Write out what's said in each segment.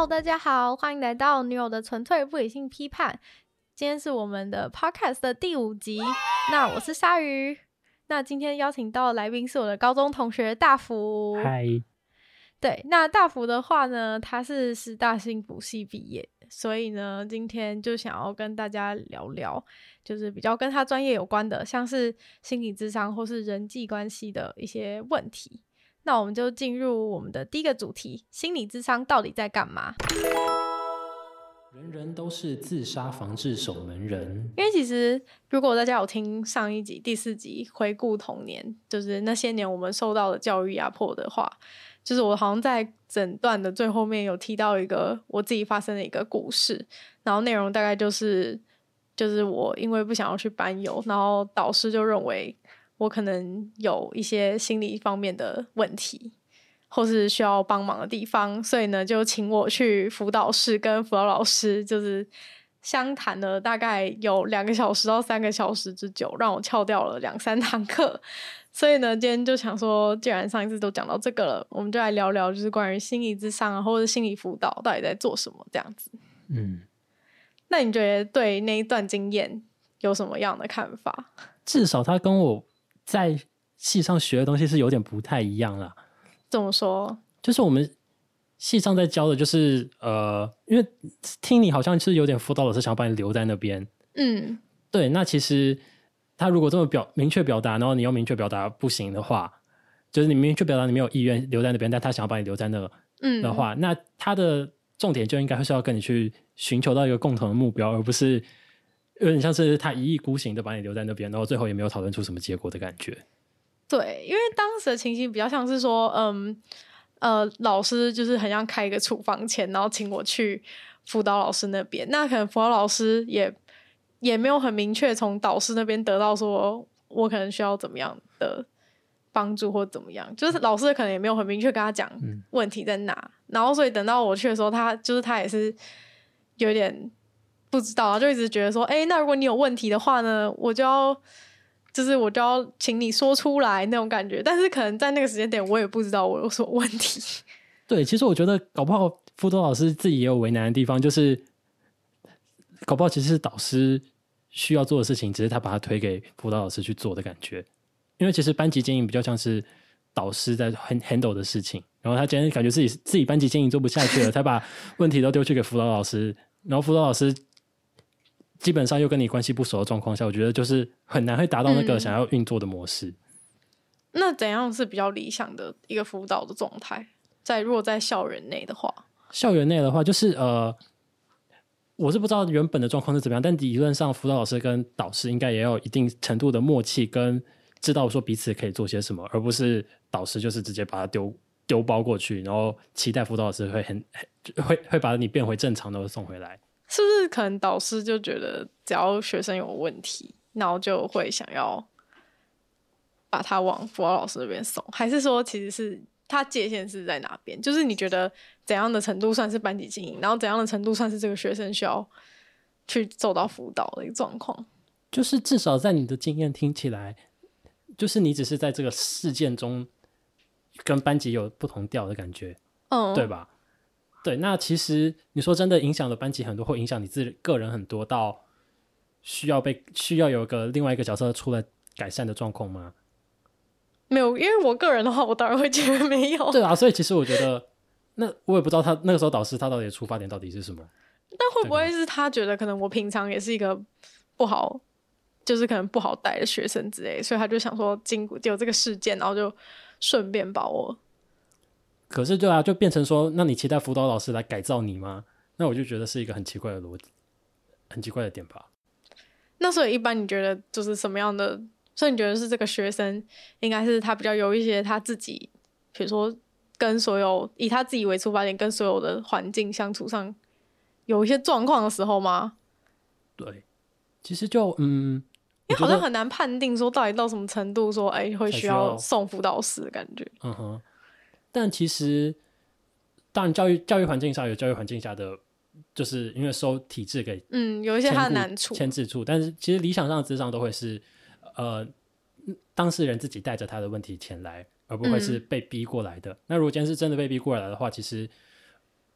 Hello， 大家好，欢迎来到女友的纯粹不理性批判。今天是我们的 Podcast 的第5集，那我是鲨鱼。那今天邀请到的来宾是我的高中同学大福。 嗨， 对，那大福的话呢，他是师大心辅系毕业，所以呢，今天就想要跟大家聊聊，就是比较跟他专业有关的，像是心理咨商或是人际关系的一些问题。那我们就进入我们的第一个主题，心理咨商到底在干嘛？ 人人都是自杀防治守门人。 因为其实如果大家有听上一集第4集回顾童年，就是那些年我们受到的教育压迫的话，就是我好像在整段的最后面有提到一个我自己发生的一个故事，然后内容大概就是我因为不想要去班游，然后导师就认为我可能有一些心理方面的问题或是需要帮忙的地方，所以呢就请我去辅导室跟辅导老师就是相谈了大概有2个小时到3个小时之久，让我翘掉了2-3堂课。所以呢今天就想说，既然上一次都讲到这个了，我们就来聊聊就是关于心理咨商啊或者心理辅导到底在做什么这样子。那你觉得对那一段经验有什么样的看法？ 至少他跟我在系上学的东西是有点不太一样啦。 怎么说？ 就是我们系上在教的就是因为听你好像是有点辅导老师想要把你留在那边。对，那其实他如果这么明确表达，然后你又明确表达不行的话，就是你明确表达你没有意愿留在那边，但他想要把你留在那的话，那他的重点就应该是要跟你去寻求到一个共同的目标，而不是有点像是他一意孤行的把你留在那边，然后最后也没有讨论出什么结果的感觉。 对，因为当时的情形比较像是说老师就是很像开一个处方签，然后请我去辅导老师那边，那可能辅导老师也没有很明确从导师那边得到说我可能需要怎么样的帮助或怎么样，就是老师可能也没有很明确跟他讲问题在哪，然后所以等到我去的时候，他也是有点不知道，就一直觉得说那如果你有问题的话呢，我就要请你说出来那种感觉，但是可能在那个时间点我也不知道我有什么问题。 对，其实我觉得搞不好辅导老师自己也有为难的地方，就是搞不好其实是导师需要做的事情，只是他把它推给辅导老师去做的感觉。因为其实班级经营比较像是导师在 handle 的事情，然后他今天感觉自己班级经营做不下去了，才把问题都丢去给辅导老师，然后辅导老师基本上又跟你关系不熟的状况下，我觉得就是很难会达到那个想要运作的模式。 那怎样是比较理想的一个辅导的状态？如果在校园内的话， 就是我是不知道原本的状况是怎么样，但理论上辅导老师跟导师应该也有一定程度的默契，跟知道说彼此可以做些什么，而不是导师就是直接把它丢包过去，然后期待辅导老师会把你变回正常的送回来。 是不是可能导师就觉得只要学生有问题，然后就会想要把他往辅导老师那边送？还是说其实是他界限是在哪边？就是你觉得怎样的程度算是班级经营，然后怎样的程度算是这个学生需要去受到辅导的一个状况？ 就是至少在你的经验听起来，就是你只是在这个事件中跟班级有不同调的感觉，对吧？对，那其实你说真的影响了班级很多，或影响你个人很多，到需要有另外一个角色出来改善的状况吗？ 没有，因为我个人的话，我当然会觉得没有。 对啊，所以其实我觉得，那我也不知道他那个时候导师他到底的出发点到底是什么。 但会不会是他觉得可能我平常也是一个不好，就是可能不好带的学生之类，所以他就想说有这个事件，然后就顺便把我。 可是对啊，就变成说，那你期待辅导老师来改造你吗？那我就觉得是一个很奇怪的逻辑，很奇怪的点吧。 那所以一般你觉得就是什么样的？所以你觉得是这个学生应该是他比较有一些他自己，比如说跟所有以他自己为出发点，跟所有的环境相处上有一些状况的时候吗？ 对，其实就因为好像很难判定说到底到什么程度说会需要送辅导师的感觉。 但其实当然教育环境下有教育环境下的，就是因为收体制给有一些它的难处牵制处，但是其实理想上的咨商都会是当事人自己带着他的问题前来，而不会是被逼过来的。那如果今天是真的被逼过来的话，其实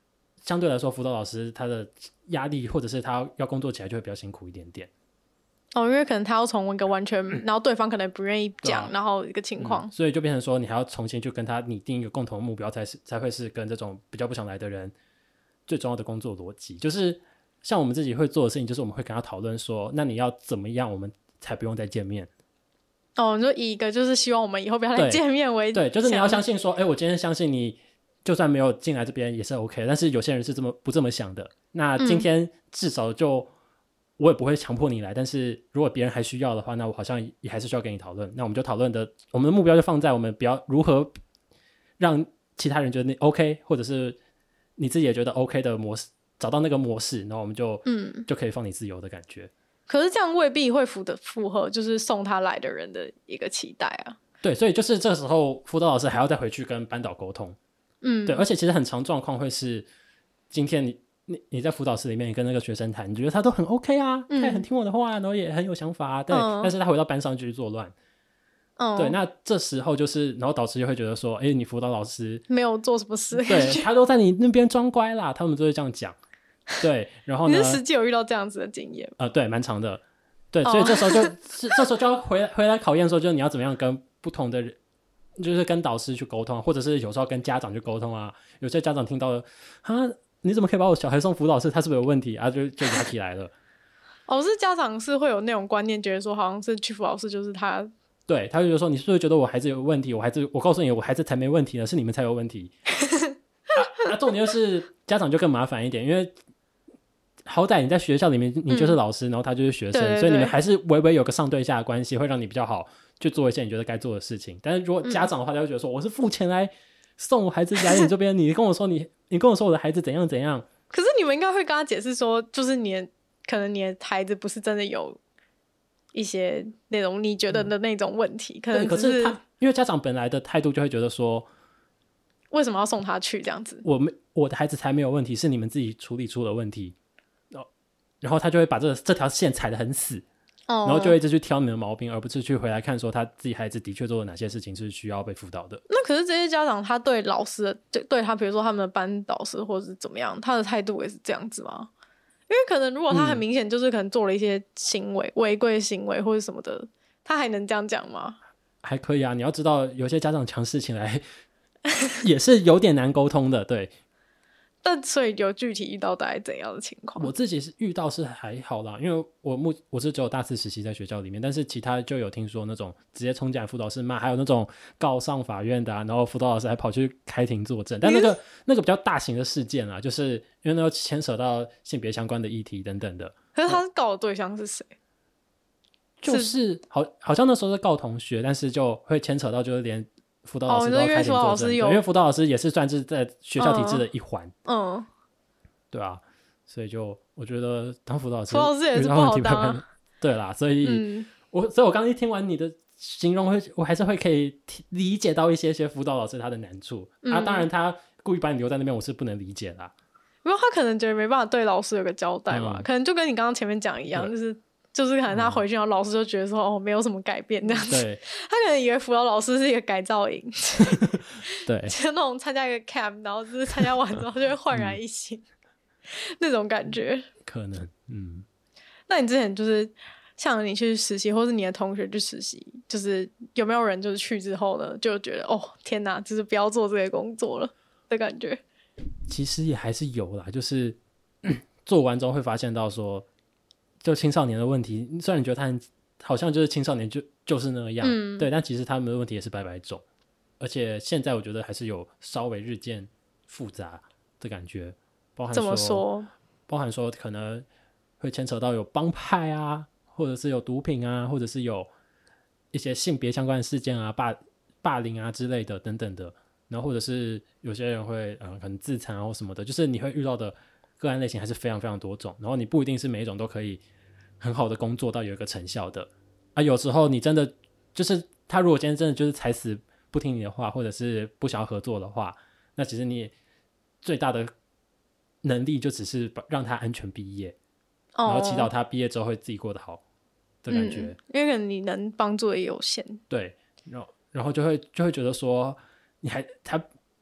相对来说辅导老师他的压力或者是他要工作起来就会比较辛苦一点点。 因为可能他要从一个完全然后对方可能不愿意讲，然后一个情况， 所以就变成说你还要重新去跟他拟定一个共同的目标，才会是跟这种比较不想来的人最重要的工作逻辑。就是像我们自己会做的事情，就是我们会跟他讨论说，那你要怎么样我们才不用再见面。 你就以一个就是希望我们以后不要再见面为对，就是你要相信说我今天相信你就算没有进来这边也是 OK， 但是有些人是不这么想的，那今天至少就我也不会强迫你来，但是如果别人还需要的话，那我好像也还是需要跟你讨论。那我们就讨论我们的目标就放在我们不要如何让其他人觉得你 OK， 或者是你自己也觉得 OK 的模式，找到那个模式，然后我们就可以放你自由的感觉。 可是这样未必会符合就是送他来的人的一个期待啊。 对，所以就是这个时候辅导老师还要再回去跟班导沟通。对，而且其实很常状况会是今天你在辅导室里面，你跟那个学生谈，你觉得他都很 OK 啊，他也很听我的话，然后也很有想法啊，对，但是他回到班上继续作乱。对，那这时候就是，然后导师就会觉得说，你辅导老师没有做什么事， 对，他都在你那边装乖啦，他们都会这样讲。对，然后呢， 你是实际有遇到这样子的经验？ 对，蛮长的。对，所以这时候就要回来考验说，就是你要怎么样跟不同的人，就是跟导师去沟通，或者是有时候跟家长去沟通啊。有些家长听到了你怎么可以把我小孩送辅导室？他是不是有问题啊？就压起来了。 是家长是会有那种观念，觉得说好像是去辅导室就是他。 对，他就觉得说你是不是觉得我孩子有问题？我告诉你，我孩子才没问题呢，是你们才有问题。重点就是家长就更麻烦一点，因为好歹你在学校里面你就是老师，然后他就是学生， 对对对， 所以你们还是微微有个上对下的关系，会让你比较好去做一些你觉得该做的事情。但是如果家长的话，他会觉得说我是付钱来送我孩子来你这边，你跟我说我的孩子怎样怎样。 可是你们应该会跟他解释说，就是可能你的孩子不是真的有一些那种你觉得的那种问题，可能可是他因为家长本来的态度就会觉得说， 为什么要送他去这样子？ 我的孩子才没有问题，是你们自己处理出了问题。然后他就会把这条线踩得很死，然后就会一直去挑你的毛病，而不是去回来看说他自己孩子的确做了哪些事情是需要被辅导的。 那可是这些家长他对老师对他比如说他们的班导师或者是怎么样，他的态度也是这样子吗？因为可能如果他很明显就是可能做了一些行为违规行为或者什么的，他还能这样讲吗？ 还可以啊，你要知道有些家长强势起来也是有点难沟通的。对， 但所以有具体遇到大概怎样的情况？ 我自己是遇到是还好啦，因为我是只有大四实习在学校里面，但是其他就有听说那种直接冲进来辅导室骂，还有那种告上法院的然后辅导老师还跑去开庭作证，但那个比较大型的事件啊，就是因为那牵扯到性别相关的议题等等的。 可是他告的对象是谁？ 就是好像那时候是告同学，但是就会牵扯到就是连辅导老师都要开庭作证，因为辅导老师也是算是在学校体制的一环。对啊，所以就我觉得当辅导老师也是不好当。 对啦，所以我刚刚一听完你的形容，我还是会可以理解到一些辅导老师他的难处。当然他故意把你留在那边，我是不能理解啦。 因为他可能觉得没办法对老师有个交代吧，可能就跟你刚刚前面讲一样，就是可能他回去，然后老师就觉得说没有什么改变这样子。 对， 他可能以为辅导老师是一个改造营， 对， 就那种参加一个 camp， 然后就是参加完之后就会焕然一新那种感觉。 可能， 那你之前就是像你去实习，或是你的同学去实习，就是有没有人就是去之后呢，就觉得天哪，就是不要做这个工作了的感觉？ 其实也还是有啦，就是做完之后会发现到说，就青少年的问题，虽然你觉得他好像就是青少年就是那样，对，但其实他们的问题也是百百种，而且现在我觉得还是有稍微日渐复杂的感觉， 怎么说？ 包含说可能会牵扯到有帮派啊，或者是有毒品啊，或者是有一些性别相关的事件啊、霸凌啊之类的等等的，然后或者是有些人会可能自残啊或什么的，就是你会遇到的个案类型还是非常非常多种，然后你不一定是每一种都可以很好的工作到有一个成效的啊。有时候你真的就是他如果今天真的就是踩死不听你的话，或者是不想要合作的话，那其实你最大的能力就只是让他安全毕业，然后祈祷他毕业之后会自己过得好的感觉， 因为可能你能帮助的也有限。 对，然后就会觉得说他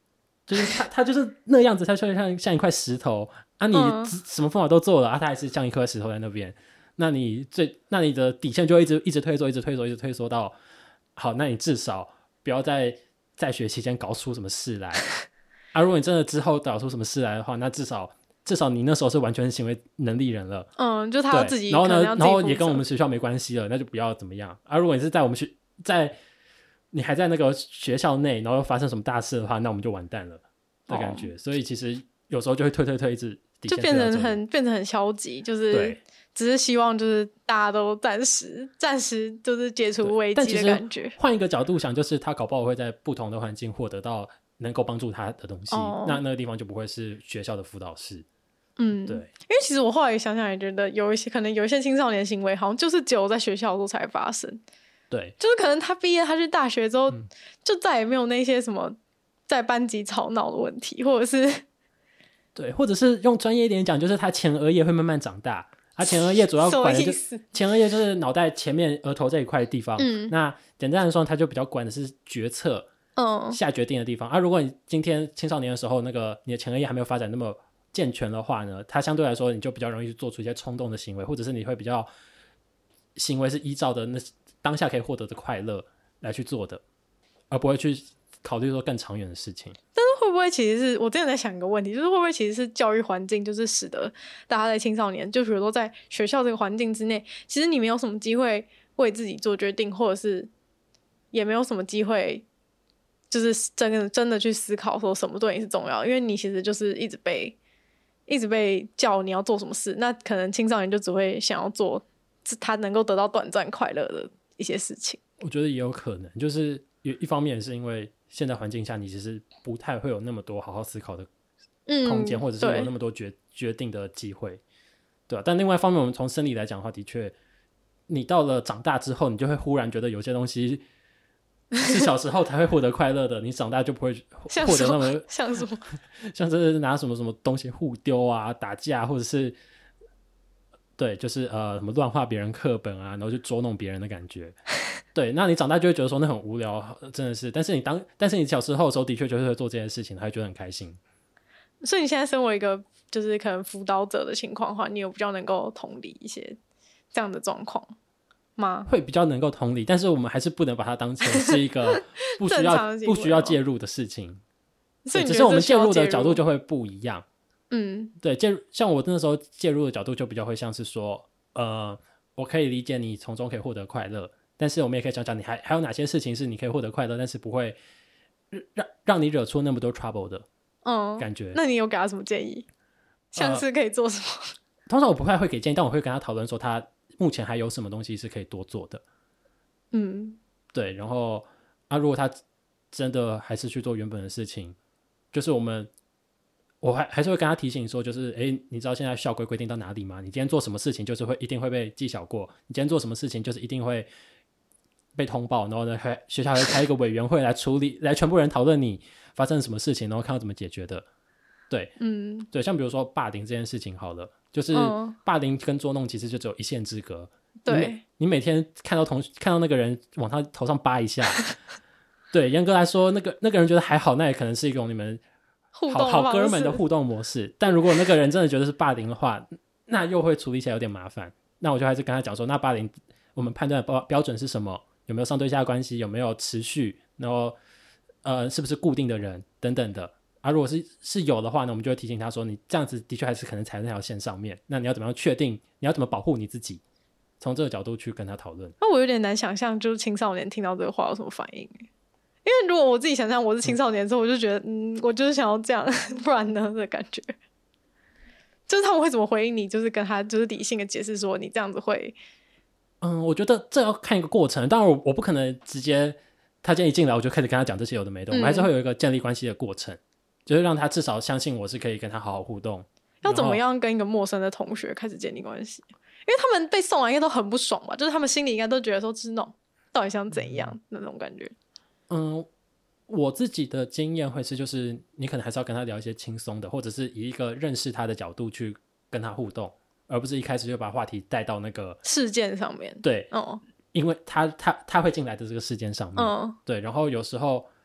就是他就是那样子，他就像一块石头啊，你什么方法都做了啊，他还是像一颗石头在那边。那你的底线就一直退缩，一直退缩到好，那你至少不要在学期间搞出什么事来啊！如果你真的之后搞出什么事来的话，那至少你那时候是完全行为能力人了。 就他要自己， 然后呢，然后也跟我们学校没关系了，那就不要怎么样啊！如果你是在我们你还在那个学校内，然后发生什么大事的话，那我们就完蛋了的感觉。所以其实有时候就会退，一直就变成很消极，就是只是希望就是大家都暂时就是解除危机的感觉。 换一个角度想，就是他搞不好会在不同的环境获得到能够帮助他的东西，那个地方就不会是学校的辅导室。对，因为其实我后来想想也觉得可能有一些青少年行为好像就是只有在学校的时候才发生。 对， 就是可能他毕业他去大学之后，就再也没有那些什么在班级吵闹的问题，或者是对，或者是用专业一点讲，就是他前额叶会慢慢长大。他前额叶主要管的前额叶就是脑袋前面额头这一块的地方。那简单的说，他就比较管的是决策，下决定的地方。如果你今天青少年的时候，那个你的前额叶还没有发展那么健全的话呢，它相对来说你就比较容易做出一些冲动的行为，或者是你会比较行为是依照的那当下可以获得的快乐来去做的，而不会去考虑说更长远的事情。 但是会不会其实是我之前在想一个问题，就是会不会其实是教育环境就是使得大家在青少年，就比如说在学校这个环境之内，其实你没有什么机会为自己做决定，或者是也没有什么机会就是真的去思考说什么对你是重要的，因为你其实就是一直被叫你要做什么事，那可能青少年就只会想要做他能够得到短暂快乐的一些事情。 我觉得也有可能，就是一方面是因为现在环境下你其实不太会有那么多好好思考的空间，或者是有那么多决定的机会，对但另外一方面，我们从生理来讲的话，的确你到了长大之后，你就会忽然觉得有些东西是小时候才会获得快乐的，你长大就不会获得那么像什么像是拿什么东西互丢啊、打架，或者是对，就是什么乱画别人课本啊，然后去捉弄别人的感觉。对，那你长大就会觉得说那很无聊，真的是。但是你小时候的时候的确就是会做这件事情，还会觉得很开心。 所以你现在身为一个就是可能辅导者的情况的话，你有比较能够同理一些这样的状况吗？ 会比较能够同理，但是我们还是不能把它当成是一个不需要介入的事情。 所以只是我们介入的角度就会不一样。对，像我那时候介入的角度就比较会像是说，我可以理解你从中可以获得快乐。但是我们也可以讲讲你还有哪些事情是你可以获得快乐，但是不会让你惹出那么多 trouble 的感觉。 那你有给他什么建议？像是可以做什么？ 通常我不太会给建议，但我会跟他讨论说他目前还有什么东西是可以多做的。对，然后如果他真的还是去做原本的事情，就是我还是会跟他提醒说，就是你知道现在校规规定到哪里吗？你今天做什么事情就是一定会被记小过，你今天做什么事情就是一定会被通报，然后呢，学校会开一个委员会来处理，来全部人讨论你发生什么事情，然后看到怎么解决的。对，对，像比如说霸凌这件事情好了，就是霸凌跟捉弄其实就只有一线之隔。 对， 你每天看到那个人往他头上扒一下，对，严格来说，那个人觉得还好，那也可能是一种你们好哥们的互动模式。但如果那个人真的觉得是霸凌的话，那又会处理起来有点麻烦。那我就还是跟他讲说，那霸凌我们判断的标准是什么？有没有上对下关系？有没有持续？然后是不是固定的人等等的。如果是有的话呢，我们就会提醒他说，你这样子的确还是可能踩在那条线上面。那你要怎么样确定？你要怎么保护你自己？从这个角度去跟他讨论。 那我有点难想象，就是青少年听到这个话有什么反应。因为如果我自己想象我是青少年的时候，我就觉得我就是想要这样，不然呢的感觉。就是他们会怎么回应你？就是跟他就是理性的解释说，你这样子会。 我觉得这要看一个过程。当然我不可能直接他今天一进来我就开始跟他讲这些有的没的，我们还是会有一个建立关系的过程，就是让他至少相信我是可以跟他好好互动。 要怎么样跟一个陌生的同学开始建立关系？因为他们被送来应该都很不爽吧，就是他们心里应该都觉得说这种到底想怎样那种感觉。 我自己的经验会是，就是你可能还是要跟他聊一些轻松的，或者是以一个认识他的角度去跟他互动，而不是一开始就把话题带到那个事件上面。 对，因为他会进来的这个事件上面。对，然后有时候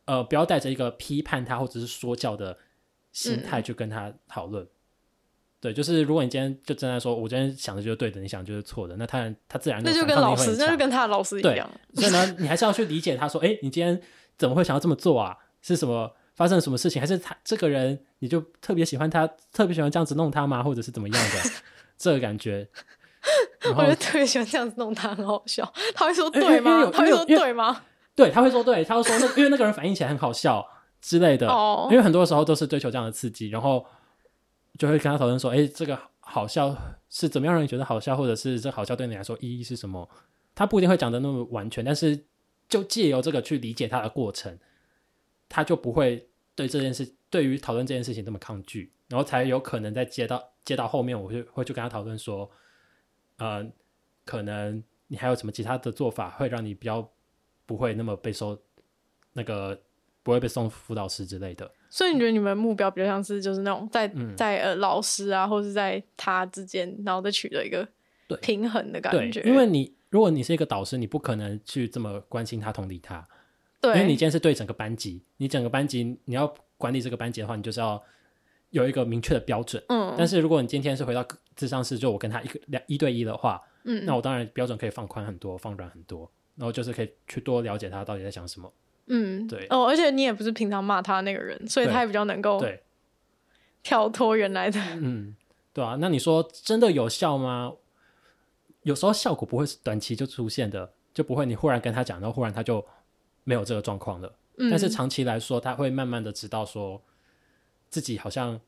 不要带着一个批判他或者是说教的心态去跟他讨论。对，就是如果你今天就真的说我今天想的就是对的，你想的就是错的，那他自然那就跟老师，那就跟他的老师一样。 所以呢，你还是要去理解他说，你今天怎么会想要这么做啊？是什么发生了什么事情？还是他这个人你就特别喜欢他，特别喜欢这样子弄他吗？或者是怎么样的这个感觉？ 我觉得特别喜欢这样子弄他，很好笑。他会说对吗？他会说对吗？ 对，他会说对，他会说因为那个人反应起来很好笑之类的。因为很多时候都是追求这样的刺激，然后就会跟他讨论说，这个好笑是怎么样让你觉得好笑，或者是这好笑对你来说意义是什么？他不一定会讲的那么完全，但是就借由这个去理解他的过程，他就不会对于讨论这件事情这么抗拒，然后才有可能在接到后面，我就会去跟他讨论说，可能你还有什么其他的做法会让你比较不会那么被不会被送辅导室之类的。 所以你觉得你们目标比较像是就是那种在老师啊，或是在他之间，然后再取得一个平衡的感觉。 对，因为如果你是一个导师，你不可能去这么关心他、同理他。 对， 因为你今天是对整个班级，你整个班级你要管理这个班级的话，你就是要有一个明确的标准。但是如果你今天是回到諮商室，就我跟他一对一的话，那我当然标准可以放宽很多，放软很多，然后就是可以去多了解他到底在想什么。对而且你也不是平常骂他那个人，所以他也比较能够跳脱原来的。 对啊。那你说真的有效吗？有时候效果不会是短期就出现的，就不会你忽然跟他讲，然后忽然他就没有这个状况了。但是长期来说，他会慢慢的知道说自己好像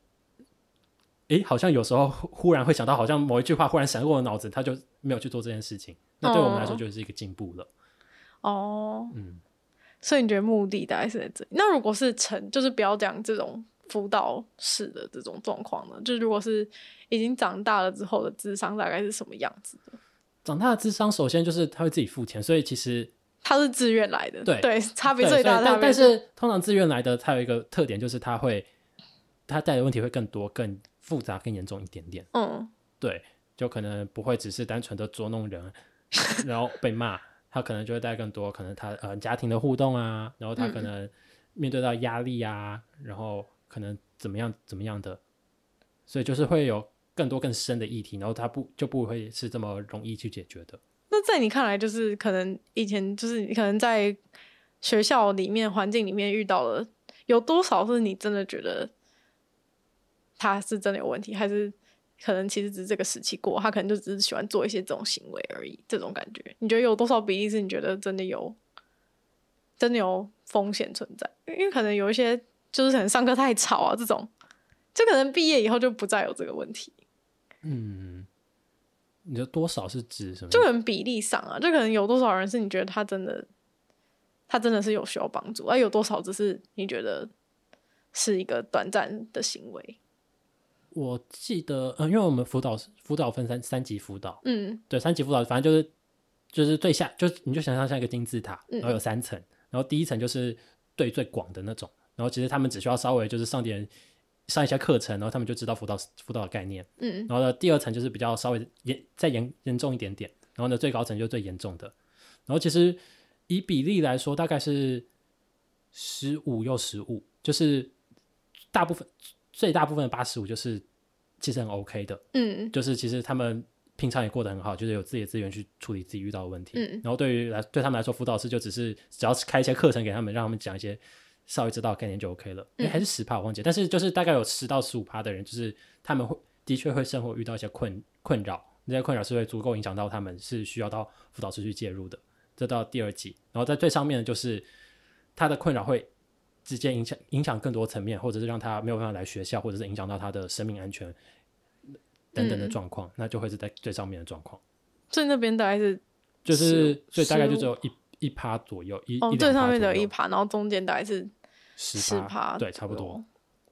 有时候忽然会想到，好像某一句话忽然闪过我的脑子，他就没有去做这件事情。那对我们来说就是一个进步了。 所以你觉得目的大概是在这里？那如果是就是不要讲这种辅导室的这种状况呢？就如果是已经长大了之后的諮商大概是什么样子的？ 长大的諮商首先就是他会自己付钱，所以其实他是自愿来的。对，差别最大的但是通常自愿来的他有一个特点，就是他带的问题会更多、更复杂、更严重一点点。对，就可能不会只是单纯的捉弄人然后被骂，他可能就会带更多，可能他家庭的互动啊，然后他可能面对到压力啊，然后可能怎么样的，所以就是会有更多更深的议题，然后他就不会是这么容易去解决的。 那在你看来，就是可能以前就是你可能在学校里面环境里面遇到了，有多少是你真的觉得他是真的有问题，还是可能其实只是这个时期过，他可能就只是喜欢做一些这种行为而已，这种感觉你觉得有多少比例是你觉得真的有风险存在？因为可能有一些就是可能上课太吵啊，这种就可能毕业以后就不再有这个问题。 你的多少是指什么？ 就可能比例上啊，就可能有多少人是你觉得他真的是有需要帮助，而有多少只是你觉得是一个短暂的行为。 我记得因为我们辅导分三级辅导。对，3级辅导反正就是最下，你就想象像一个金字塔，然后有3层，然后第一层就是对最广的那种，然后其实他们只需要稍微就是上一下课程，然后他们就知道辅导的概念。然后呢，第2层就是比较稍微再严重一点点，然后呢，最高层就是最严重的。然后其实以比例来说，大概是15又15，就是最大部分的85就是其实很 OK 的。就是其实他们平常也过得很好，就是有自己的资源去处理自己遇到的问题。然后对他们来说，辅导师就只要开一些课程给他们，让他们讲一些稍微知道的概念就 OK 了。因为还是10%我忘记，但是就是大概有10到15%的人，就是他们的确会生活遇到一些困扰，那些困扰是会足够影响到他们，是需要到辅导师去介入的。这到第2级，然后在最上面的就是他的困扰会直接影响更多层面，或者是让他没有办法来学校，或者是影响到他的生命安全等等的状况，那就会是在最上面的状况。 所以那边大概是所以大概就只有1%左右， 最上面只有1%，然后中间大概是 10%，对，差不多。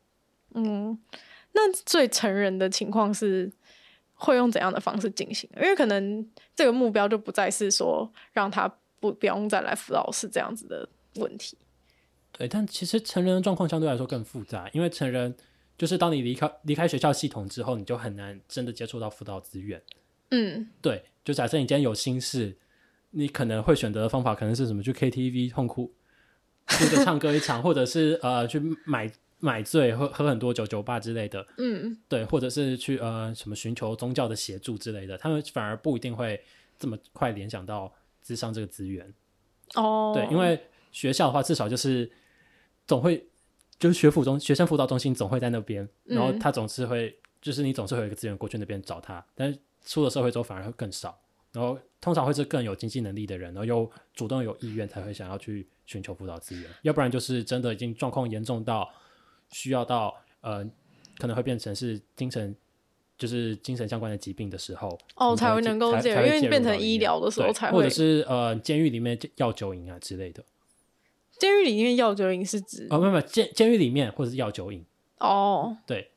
那最成人的情况是会用怎样的方式进行？因为可能这个目标就不再是说让他不用再来辅导室这样子的问题。 对，但其实成人的状况相对来说更复杂，因为成人就是当你离开学校系统之后，你就很难真的接触到辅导资源。对，就假设你今天有心事，你可能会选择的方法可能是什么？去 KTV 痛哭， 哭着唱歌一场，或者是去买醉喝很多酒吧之类的，对，或者是去什么寻求宗教的协助之类的，他们反而不一定会这么快联想到諮商这个资源。对，因为学校的话至少就是总会就是学生辅导中心总会在那边，然后他总是会就是你总是会有一个资源过去那边找他，但是出了社会之后反而会更少，然后通常会是更有经济能力的人，然后又主动有意愿才会想要去寻求辅导资源，要不然就是真的已经状况严重到需要到可能会变成是精神相关的疾病的时候才会能够介入，因为变成医疗的时候才会， 或者是监狱里面药酒瘾啊之类的。 监狱里面药酒瘾是指没有监狱里面或者是药酒瘾对，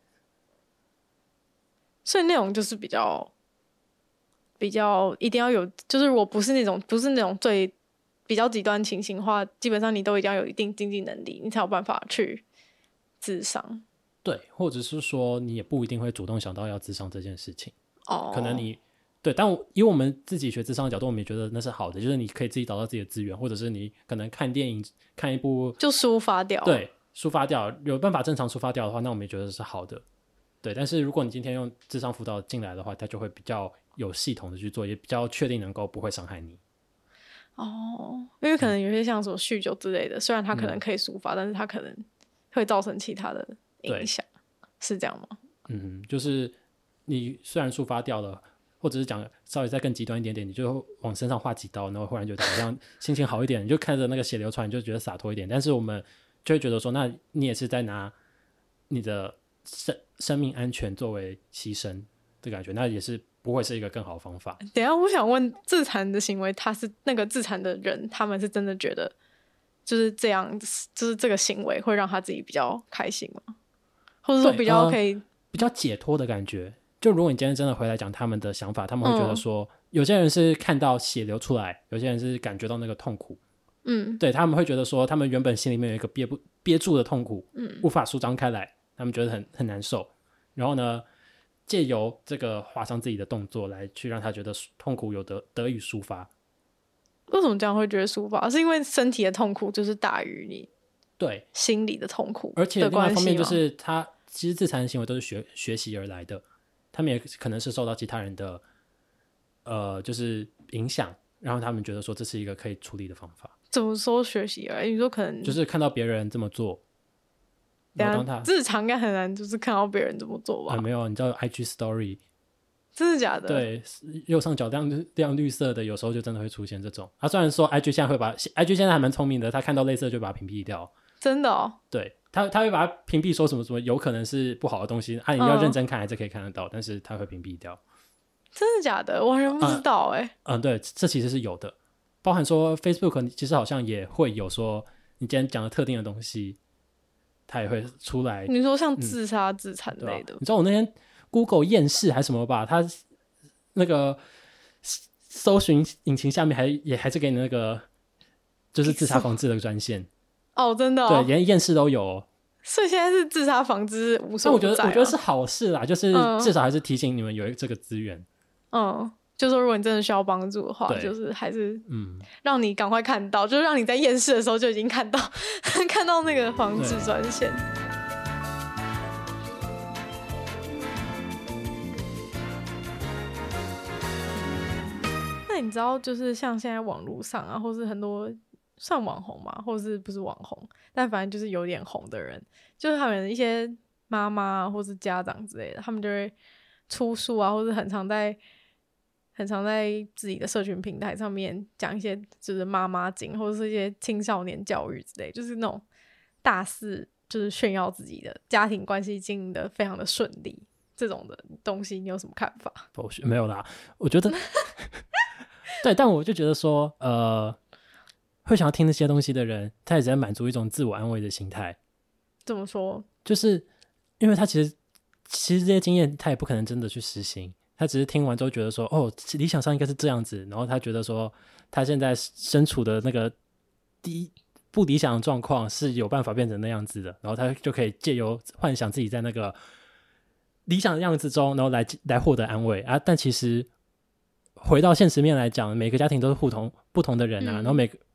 所以那种就是比较一定要有，就是如果不是那种最比较极端情形的话，基本上你都一定要有一定经济能力，你才有办法去諮商。 对，或者是说你也不一定会主动想到要諮商这件事情可能你对，但以我们自己学諮商的角度，我们也觉得那是好的，就是你可以自己找到自己的资源，或者是你可能看电影看一部就抒发掉， 对，抒发掉，有办法正常抒发掉的话，那我们也觉得是好的。对，但是如果你今天用諮商辅导进来的话，它就会比较有系统的去做，也比较确定能够不会伤害你。 因为可能有些像什么酗酒之类的，虽然它可能可以抒发，但是它可能会造成其他的影响，是这样吗？ 就是你虽然抒发掉了，或者是讲稍微再更极端一点点，你就往身上划几刀，然后忽然觉得好像心情好一点，你就看着那个血流出来，你就觉得洒脱一点。但是我们就会觉得说，那你也是在拿你的生命安全作为牺牲的感觉，那也是不会是一个更好的方法。 等一下，我想问，自残的行为，他是那个自残的人，他们是真的觉得就是这样，就是这个行为会让他自己比较开心吗？或者说比较可以、 比较解脱的感觉？就如果你今天真的回来讲他们的想法，他们会觉得说，有些人是看到血流出来，有些人是感觉到那个痛苦。对，他们会觉得说，他们原本心里面有一个憋住的痛苦，无法舒张开来，他们觉得很难受。然后呢，借由这个划伤自己的动作来去让他觉得痛苦有得以抒发。 为什么这样会觉得抒发？是因为身体的痛苦就是大于你对心理的痛苦的， 而且另外一方面就是他其实自残的行为都是学习而来的，他们也可能是受到其他人的就是影响，然后他们觉得说这是一个可以处理的方法。 怎么说学习而来？你说可能就是看到别人这么做，然后当他日常应该很难，就是看到别人这么做吧？ 没有，你知道 IG Story 真的假的？ 对，右上角亮绿色的，有时候就真的会出现这种。虽然说 IG 现在会把 IG 现在还蛮聪明的，他看到类似的就把它屏蔽掉。 真的对，他会把它屏蔽，说什么什么有可能是不好的东西你要认真看还是可以看得到，但是他会屏蔽掉。 真的假的？我完全不知道对，这其实是有的，包含说 Facebook 其实好像也会有说你今天讲的特定的东西，它也会出来。 你说像自杀、自残类的， 你知道我那天 Google 验视还是什么吧，它那个搜寻引擎下面还是给你那个就是自杀防治的专线。 真的对，连验视都有所以现在是自杀防治无所不在。 我觉得是好事啦，就是至少还是提醒你们有这个资源。 就说如果你真的需要帮助的话，就是还是让你赶快看到，就是让你在验视的时候就已经看到看到那个防治专线。那你知道就是像现在网络上啊，或是很多算网红嘛，或是不是网红，但反正就是有点红的人，就是他们一些妈妈或是家长之类的，他们就会出书啊，或是很常在自己的社群平台上面讲一些就是妈妈经，或者是一些青少年教育之类，就是那种大肆就是炫耀自己的家庭关系经营的非常的顺利，这种的东西你有什么看法？ 没有啦，我觉得对，但我就觉得说会想要听那些东西的人，他也在满足一种自我安慰的心态。 怎么说？ 就是因为他其实这些经验他也不可能真的去实行，他只是听完之后觉得说理想上应该是这样子，然后他觉得说他现在身处的那个不理想的状况是有办法变成那样子的，然后他就可以借由幻想自己在那个理想的样子中，然后来获得安慰但其实回到现实面来讲，每个家庭都是不同的人然后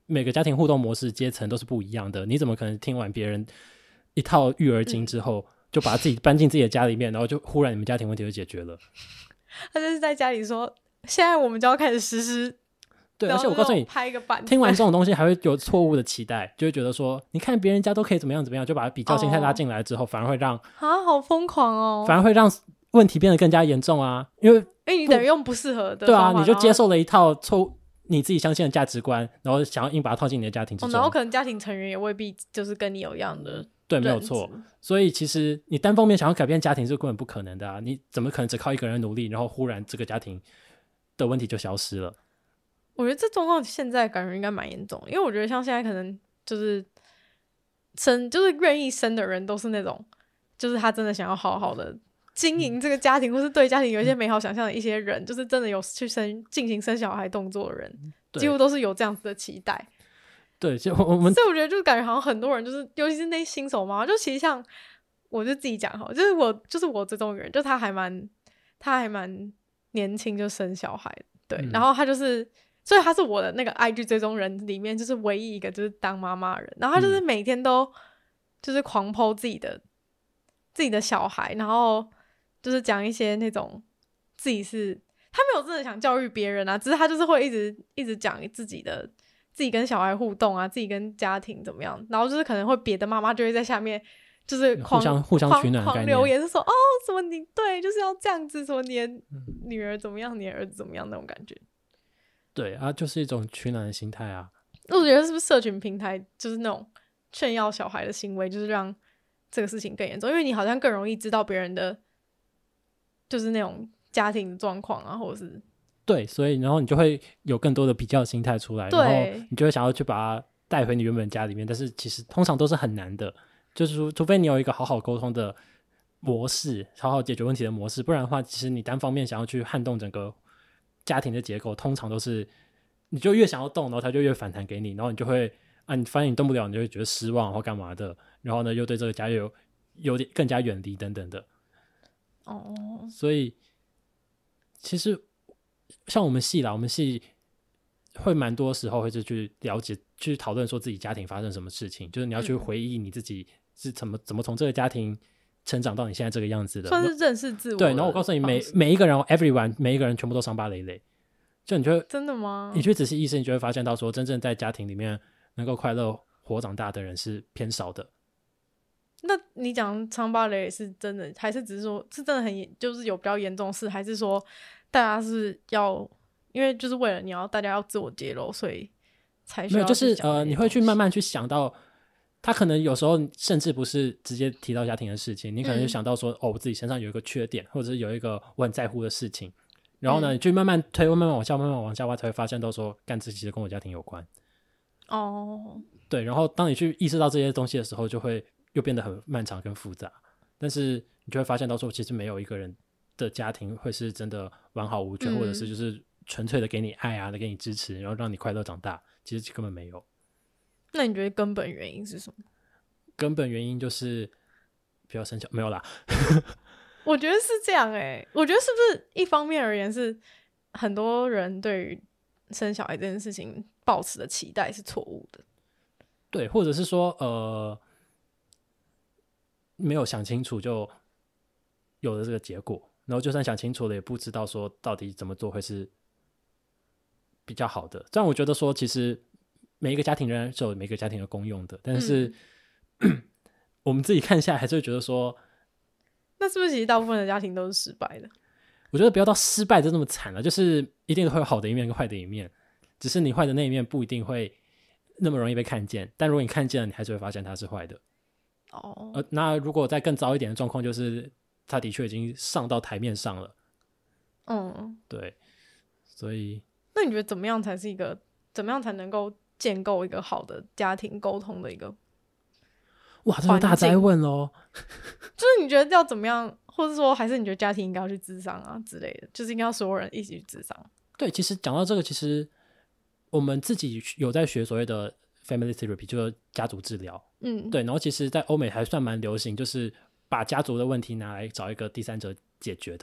每个家庭互动模式阶层都是不一样的，你怎么可能听完别人一套育儿经之后，就把自己搬进自己的家里面，然后就忽然你们家庭问题就解决了？ 他就是在家里说，现在我们就要开始实施。 对，而且我告诉你， 拍一个板， 听完这种东西还会有错误的期待，就会觉得说，你看别人家都可以怎么样怎么样，就把比较心态拉进来之后，反而会让好疯狂哦， 反而会让问题变得更加严重啊！因为你等于用不适合的， 对啊，你就接受了一套你自己相信的价值观，然后想要硬把它套进你的家庭之中， 然后可能家庭成员也未必就是跟你有一样的， 对，没有错。所以其实你单方面想要改变家庭是根本不可能的啊！你怎么可能只靠一个人努力，然后忽然这个家庭的问题就消失了？ 我觉得这状况现在感觉应该蛮严重的，因为我觉得像现在可能就是愿意生的人都是那种，就是他真的想要好好的经营这个家庭，或是对家庭有一些美好想象的一些人，就是真的有去进行生小孩动作的人，几乎都是有这样子的期待。 对，所以我觉得就是感觉好像很多人就是，尤其是那些新手妈妈，就其实像我就自己讲好，就是我这种人，就他还蛮年轻就生小孩，对，然后他就是。所以他是我的那个 IG 追踪人里面就是唯一一个就是当妈妈的人，然后他就是每天都就是狂 po 自己的小孩，然后就是讲一些那种自己是他没有真的想教育别人啊，只是他就是会一直讲自己跟小孩互动啊，自己跟家庭怎么样，然后就是可能会别的妈妈就会在下面就是互相取暖的概念， 狂留言是说什么你对就是要这样子，什么你的女儿怎么样，你的儿子怎么样那种感觉。 对啊，就是一种取暖的心态啊。 我觉得是不是社群平台就是那种炫耀小孩的行为，就是让这个事情更严重，因为你好像更容易知道别人的就是那种家庭状况啊，或者是对，所以然后你就会有更多的比较心态出来，然后你就会想要去把它带回你原本家里面，但是其实通常都是很难的，就是说除非你有一个好好沟通的模式，好好解决问题的模式，不然的话，其实你单方面想要去撼动整个家庭的结构，通常都是你就越想要动，然后他就越反弹给你，然后你就会你发现你动不了，你就会觉得失望或干嘛的，然后呢又对这个家有点更加远离等等的。所以其实像我们系会蛮多时候会去了解去讨论说自己家庭发生什么事情，就是你要去回忆你自己是怎么从这个家庭成长到你现在这个样子的， 算是认识自我。 对，然后我告诉你，每一个人 everyone 每一个人全部都伤疤累累，就你就真的吗？ 你去仔细意识，你就会发现到说，真正在家庭里面能够快乐活长大的人是偏少的。 那你讲伤疤累累是真的，还是只是说是真的就是有比较严重的事，还是说大家是要因为就是为了大家要自我揭露，所以才需要没有就是你会去慢慢去想到。他可能有时候甚至不是直接提到家庭的事情，你可能就想到说，我自己身上有一个缺点，或者是有一个我很在乎的事情，然后呢，你就慢慢推，慢慢往下挖，才会发现到说，干这其实跟我家庭有关。对，然后当你去意识到这些东西的时候，就会又变得很漫长跟复杂，但是你就会发现到说，其实没有一个人的家庭会是真的完好无缺，或者是就是纯粹的给你爱啊，给你支持，然后让你快乐长大，其实根本没有。 那你觉得根本原因是什么？ 根本原因就是不要生小，没有啦。 我觉得是这样我觉得是不是一方面而言是很多人对于生小孩这件事情抱持的期待是错误的， 对，或者是说没有想清楚就有了这个结果，然后就算想清楚了也不知道说到底怎么做会是比较好的。这样我觉得说其实每一个家庭仍然是有每个家庭的功用的，但是、我们自己看下来还是会觉得说， 那是不是其实大部分的家庭都是失败的？ 我觉得不要到失败就那么惨了，就是一定会有好的一面跟坏的一面，只是你坏的那一面不一定会那么容易被看见，但如果你看见了，你还是会发现它是坏的。那如果再更糟一点的状况，就是它的确已经上到台面上了。对，所以那你觉得怎么样才能够建构一个好的家庭沟通的一个哇，这是大哉问咯。 就是你觉得要怎么样，或者说还是你觉得家庭应该要去諮商啊之类的，就是应该要所有人一起去諮商？ 对，其实讲到这个，其实我们自己有在学所谓的 family therapy， 就是家族治疗。对，然后其实在欧美还算蛮流行，就是把家族的问题拿来找一个第三者解决的。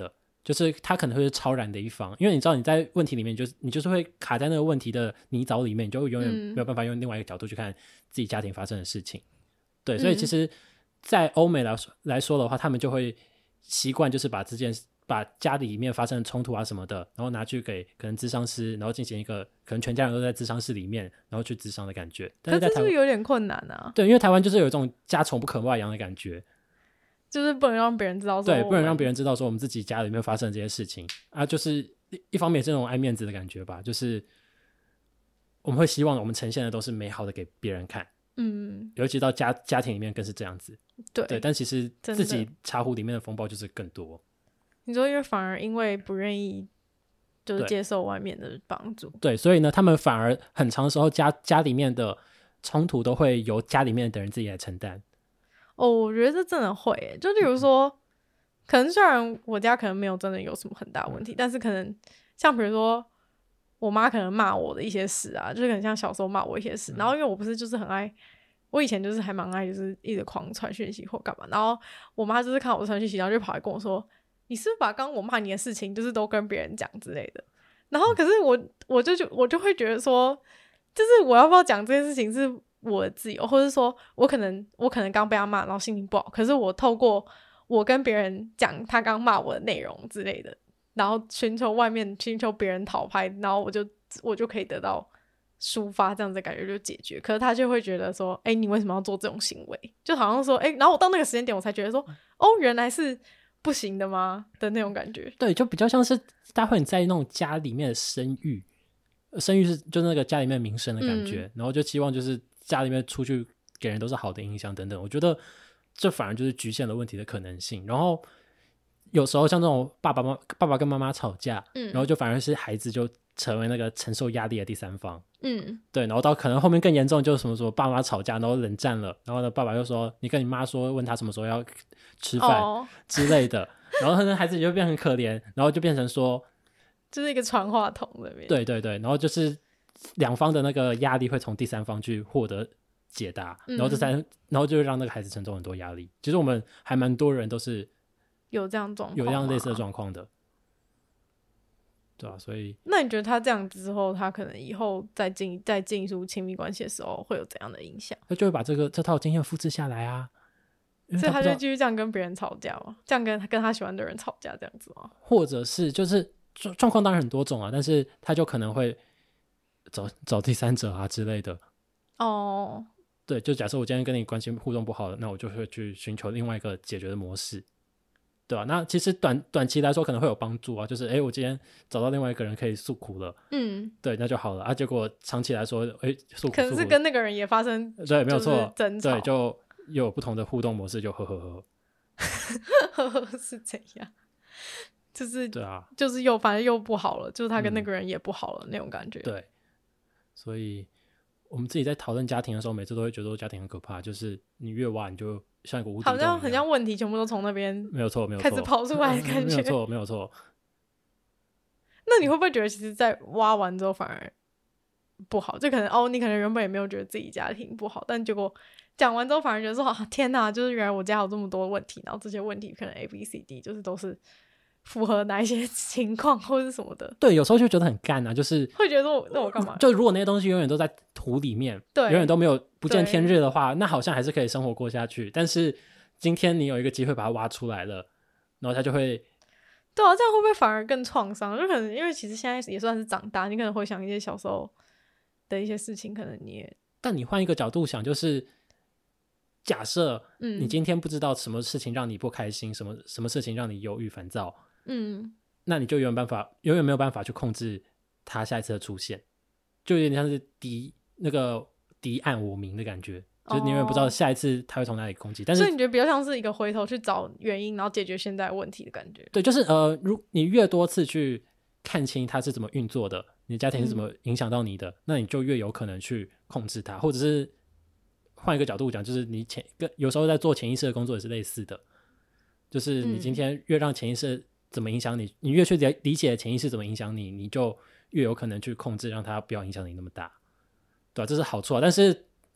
就是他可能会是超然的一方，因为你知道你在问题里面你就是会卡在那个问题的泥沼里面，你就永远没有办法用另外一个角度去看自己家庭发生的事情。对，所以其实在欧美来说的话，他们就会习惯就是把家里面发生的冲突啊什么的，然后拿去给可能咨商师，然后进行一个可能全家人都在咨商室里面，然后去咨商的感觉。但是在台湾这是不是有点困难啊？ 对，因为台湾就是有一种家丑不可外扬的感觉， 就是不能让别人知道说， 对，不能让别人知道说我们自己家里面发生的这些事情啊，就是一方面也是那种爱面子的感觉吧，就是我们会希望我们呈现的都是美好的给别人看，尤其到家庭里面更是这样子，对，但其实自己茶壶里面的风暴就是更多。 你说因为不愿意就是接受外面的帮助， 对，所以呢他们反而很长时候家里面的冲突都会由家里面的人自己来承担。 我觉得这真的会耶，就例如说可能虽然我家可能没有真的有什么很大问题，但是可能像比如说我妈可能骂我的一些事啊，就是可能像小时候骂我一些事，然后因为我不是就是很爱，我以前就是还蛮爱就是一直狂传讯息或干嘛，然后我妈就是看我传讯息，然后就跑来跟我说，你是不是把刚刚我骂你的事情就是都跟别人讲之类的，然后可是我就会觉得说，就是我要不要讲这件事情是我的自由，或者说我可能刚被他骂然后心情不好，可是我透过我跟别人讲他刚骂我的内容之类的，然后寻求别人讨拍，然后我就可以得到抒发，这样子的感觉就解决。可是他就会觉得说，你为什么要做这种行为？就好像说，然后我到那个时间点我才觉得说，原来是不行的吗的那种感觉。 对，就比较像是大家会很在意那种家里面的声誉是就那个家里面的名声的感觉，然后就希望就是家里面出去给人都是好的影响等等。我觉得这反而就是局限了问题的可能性。然后有时候像这种爸爸跟妈妈吵架，然后就反而是孩子就成为那个承受压力的第三方。对，然后到可能后面更严重，就是什么爸妈吵架然后冷战了，然后呢爸爸又说你跟你妈说问他什么时候要吃饭之类的，然后那孩子就变很可怜，然后就变成说就是一个传话筒那边。 对对对，然后就是两方的那个压力会从第三方去获得解答，然后就会让那个孩子承受很多压力。其实我们还蛮多人都是有这样状况， 有这样类似的状况的，对啊，所以那你觉得他这样之后，他可能以后在进入亲密关系的时候会有怎样的影响？ 他就会把这套经验复制下来啊。 所以他就继续这样跟别人吵架吗？这样跟他喜欢的人吵架这样子吗？ 或者是就是状况当然很多种啊，但是他就可能会找第三者啊之类的。对，就假设我今天跟你关系互动不好了，那我就会去寻求另外一个解决的模式，对吧？那其实短期来说可能会有帮助啊，就是我今天找到另外一个人可以诉苦了，对，那就好了啊。结果长期来说，诉苦可能是跟那个人也发生对，没有错， 争吵， 对，就又有不同的互动模式，就呵是怎样？就是对啊， 就是反正又不好了，就是他跟那个人也不好了，那种感觉。 对，所以我们自己在讨论家庭的时候，每次都会觉得家庭很可怕，就是你越挖你就像一个无底洞一样， 好像很像问题全部都从那边没有错开始跑出来的感觉。 没有错。 那你会不会觉得其实在挖完之后反而不好？就可能你可能原本也没有觉得自己家庭不好，但结果讲完之后反而觉得说天哪，就是原来我家有这么多问题，然后这些问题可能 ABCD 就是都是符合哪一些情况或是什么的。 对，有时候就觉得很干啊，就是会觉得说那我干嘛？ 就如果那些东西永远都在土里面，对，永远都没有不见天日的话，那好像还是可以生活过下去。但是今天你有一个机会把它挖出来了，然后它就会， 对啊，这样会不会反而更创伤？就可能因为其实现在也算是长大，你可能会想一些小时候的一些事情，可能你也…… 但你换一个角度想，就是假设你今天不知道什么事情让你不开心，什么事情让你忧郁烦躁，那你就永远没有办法去控制它下一次的出现，就有点像是敌暗我明的感觉，就是你永远不知道下一次它会从哪里攻击。但是所以你觉得比较像是一个回头去找原因，然后解决现在问题的感觉。 对，就是你越多次去看清它是怎么运作的，你的家庭是怎么影响到你的，那你就越有可能去控制它。或者是换一个角度讲，就是你有时候在做潜意识的工作也是类似的，就是你今天越让潜意识怎么影响你，你越去理解潜意识怎么影响你，你就越有可能去控制让它不要影响你那么大，对吧？这是好处啊。但是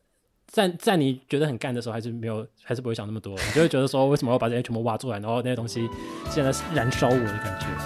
在你觉得很干的时候，还是不会想那么多，你就会觉得说，为什么要把这些全部挖出来，然后那些东西现在燃烧我的感觉。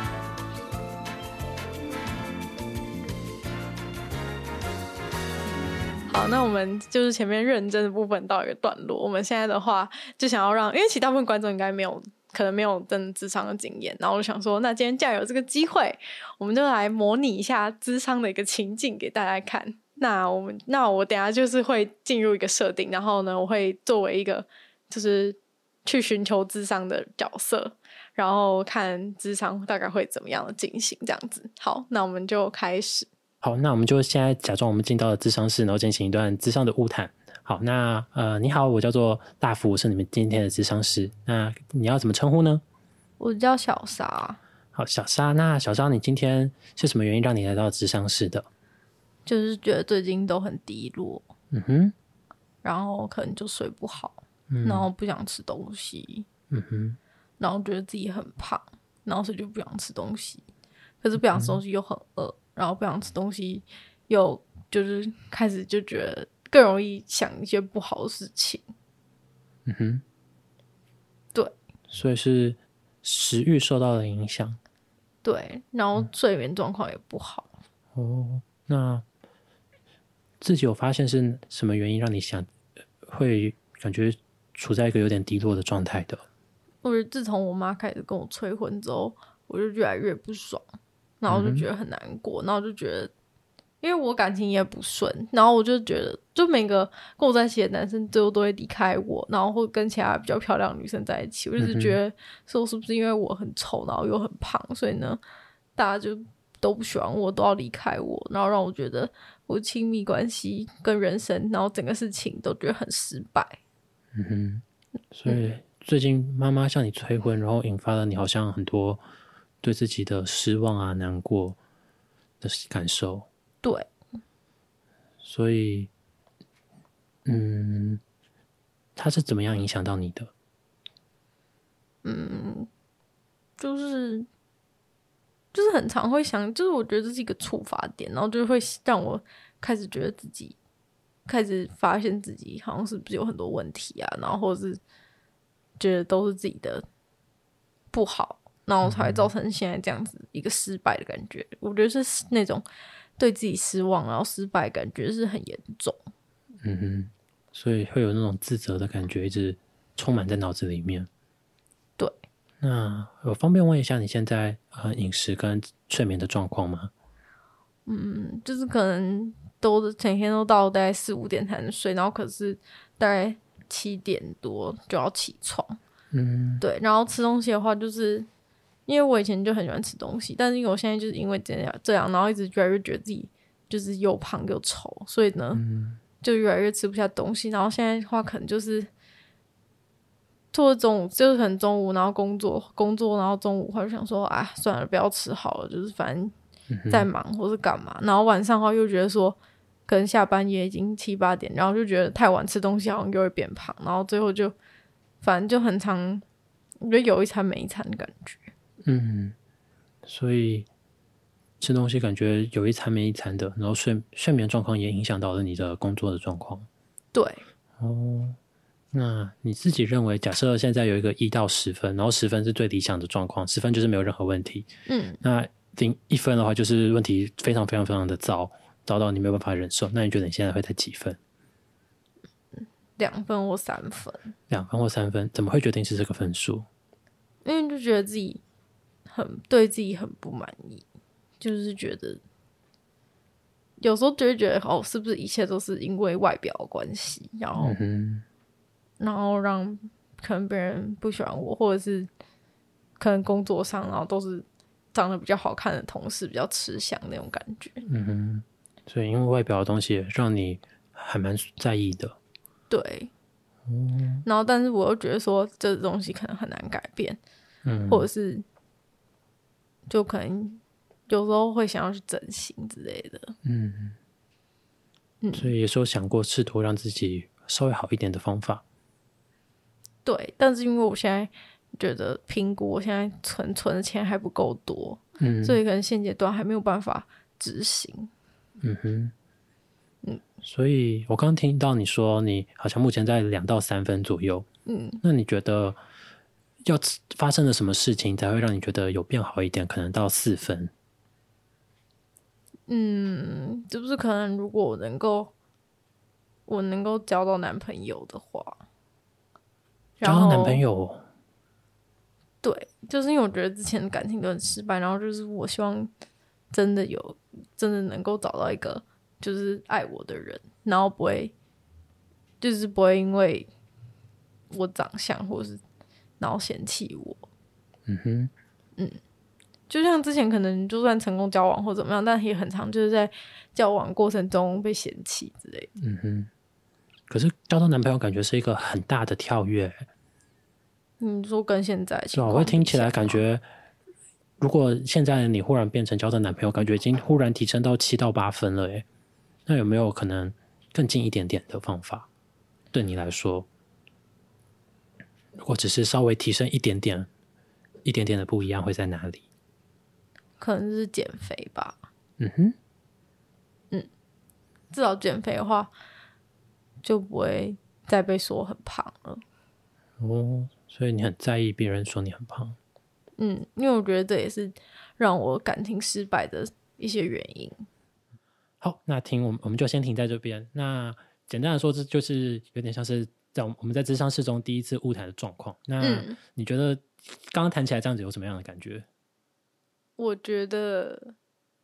好，那我们就是前面认真的部分到一个段落，我们现在的话就想要让，因为其实大部分观众应该可能没有真的諮商的经验，然后我就想说，那今天既然有这个机会，我们就来模拟一下諮商的一个情境给大家看。那我等一下就是会进入一个设定，然后呢，我会作为一个就是去寻求諮商的角色，然后看諮商大概会怎么样的进行，这样子。好，那我们就开始。 好，那我们就现在假装我们进到了諮商室，然后进行一段諮商的晤谈。好，那你好，我叫做大福，我是你们今天的諮商师。那你要怎么称呼呢？ 我叫小沙。 好，小沙，那小沙，你今天是什么原因让你来到諮商室的？ 就是觉得最近都很低落，然后可能就睡不好，然后不想吃东西，然后觉得自己很胖，然后所以就不想吃东西，可是不想吃东西又很饿，然后不想吃东西又就是开始就觉得更容易想一些不好的事情。对， 所以是食欲受到了影响。 对，然后睡眠状况也不好。 那自己有发现是什么原因让你会感觉处在一个有点低落的状态的？ 我觉得自从我妈开始跟我催婚之后，我就越来越不爽，然后就觉得很难过，然后就觉得因为我感情也不顺，然后我就觉得就每个跟我在一起的男生最后都会离开我，然后会跟其他比较漂亮的女生在一起，我就是觉得说是不是因为我很丑，然后又很胖，所以呢大家就都不喜欢我，都要离开我，然后让我觉得我亲密关系跟人生，然后整个事情都觉得很失败。 所以最近妈妈向你催婚，然后引发了你好像很多对自己的失望啊、难过的感受。 对， 所以它是怎么样影响到你的？ 就是很常会想，就是我觉得这是一个触发点，然后就会让我开始觉得自己开始发现自己好像是不是有很多问题啊，然后或者是觉得都是自己的不好，然后才会造成现在这样子一个失败的感觉。我觉得是那种对自己失望然后失败的感觉是很严重。 所以会有那种自责的感觉一直充满在脑子里面。 对， 那我方便问一下你现在饮食跟睡眠的状况吗？ 就是可能都每天都到大概4-5点才能睡，然后可是大概7点多就要起床。对，然后吃东西的话，就是因为我以前就很喜欢吃东西，但是因为我现在就是因为这样，然后一直越来越觉得自己就是又胖又丑，所以呢，就越来越吃不下东西。然后现在的话，可能就是做中午，就是可能中午然后工作，然后中午的话就想说，算了，不要吃好了，就是反正在忙或是干嘛。然后晚上的话又觉得说，可能下班也已经7-8点，然后就觉得太晚吃东西好像又会变胖，然后最后就反正就很常，我觉得有一餐没一餐的感觉。 所以吃东西感觉有一餐没一餐的，然后睡眠状况也影响到了你的工作的状况。 对。 那你自己认为，假设现在有一个1到10分，然后10分是最理想的状况，10分就是没有任何问题。那1分的话就是问题非常非常非常的糟到你没有办法忍受。那你觉得你现在会在几分 ？2分或3分。 2分或3分，怎么会决定是这个分数？ 因为就觉得自己对自己很不满意，就是觉得有时候就会觉得是不是一切都是因为外表的关系，然后让可能别人不喜欢我，或者是可能工作上然后都是长得比较好看的同事比较吃香那种感觉。 所以因为外表的东西让你还蛮在意的。 对。然后但是我又觉得说这东西可能很难改变，或者是就可能有时候会想要去整形之类的。 所以也是有想过试图让自己稍微好一点的方法。 对，但是因为我现在觉得评估我现在存的钱还不够多，所以可能现阶段还没有办法执行。 所以我刚刚听到你说你好像目前在2到3分左右，那你觉得要发生了什么事情才会让你觉得有变好一点，可能到4分？ 就是可能如果我能够交到男朋友的话， 交到男朋友， 对，就是因为我觉得之前的感情都很失败，然后就是我希望真的能够找到一个就是爱我的人，然后不会因为我长相或是然后嫌弃我。就像之前可能就算成功交往或怎么样，但也很常就是在交往过程中被嫌弃之类的。 可是交到男朋友感觉是一个很大的跳跃。 你说跟现在情况我会听起来感觉，如果现在你忽然变成交到男朋友，感觉已经忽然提升到7到8分了耶。那有没有可能更近一点点的方法？对你来说，如果只是稍微提升一点点的不一样，会在哪里？ 可能是减肥吧。至少减肥的话，就不会再被说很胖了。 所以你很在意别人说你很胖。 因为我觉得这也是让我感情失败的一些原因。 好，那我们就先停在这边。那简单的说，这就是有点像是在我们在諮商室中第一次晤谈的状况。那你觉得刚刚谈起来这样子有什么样的感觉？ 我觉得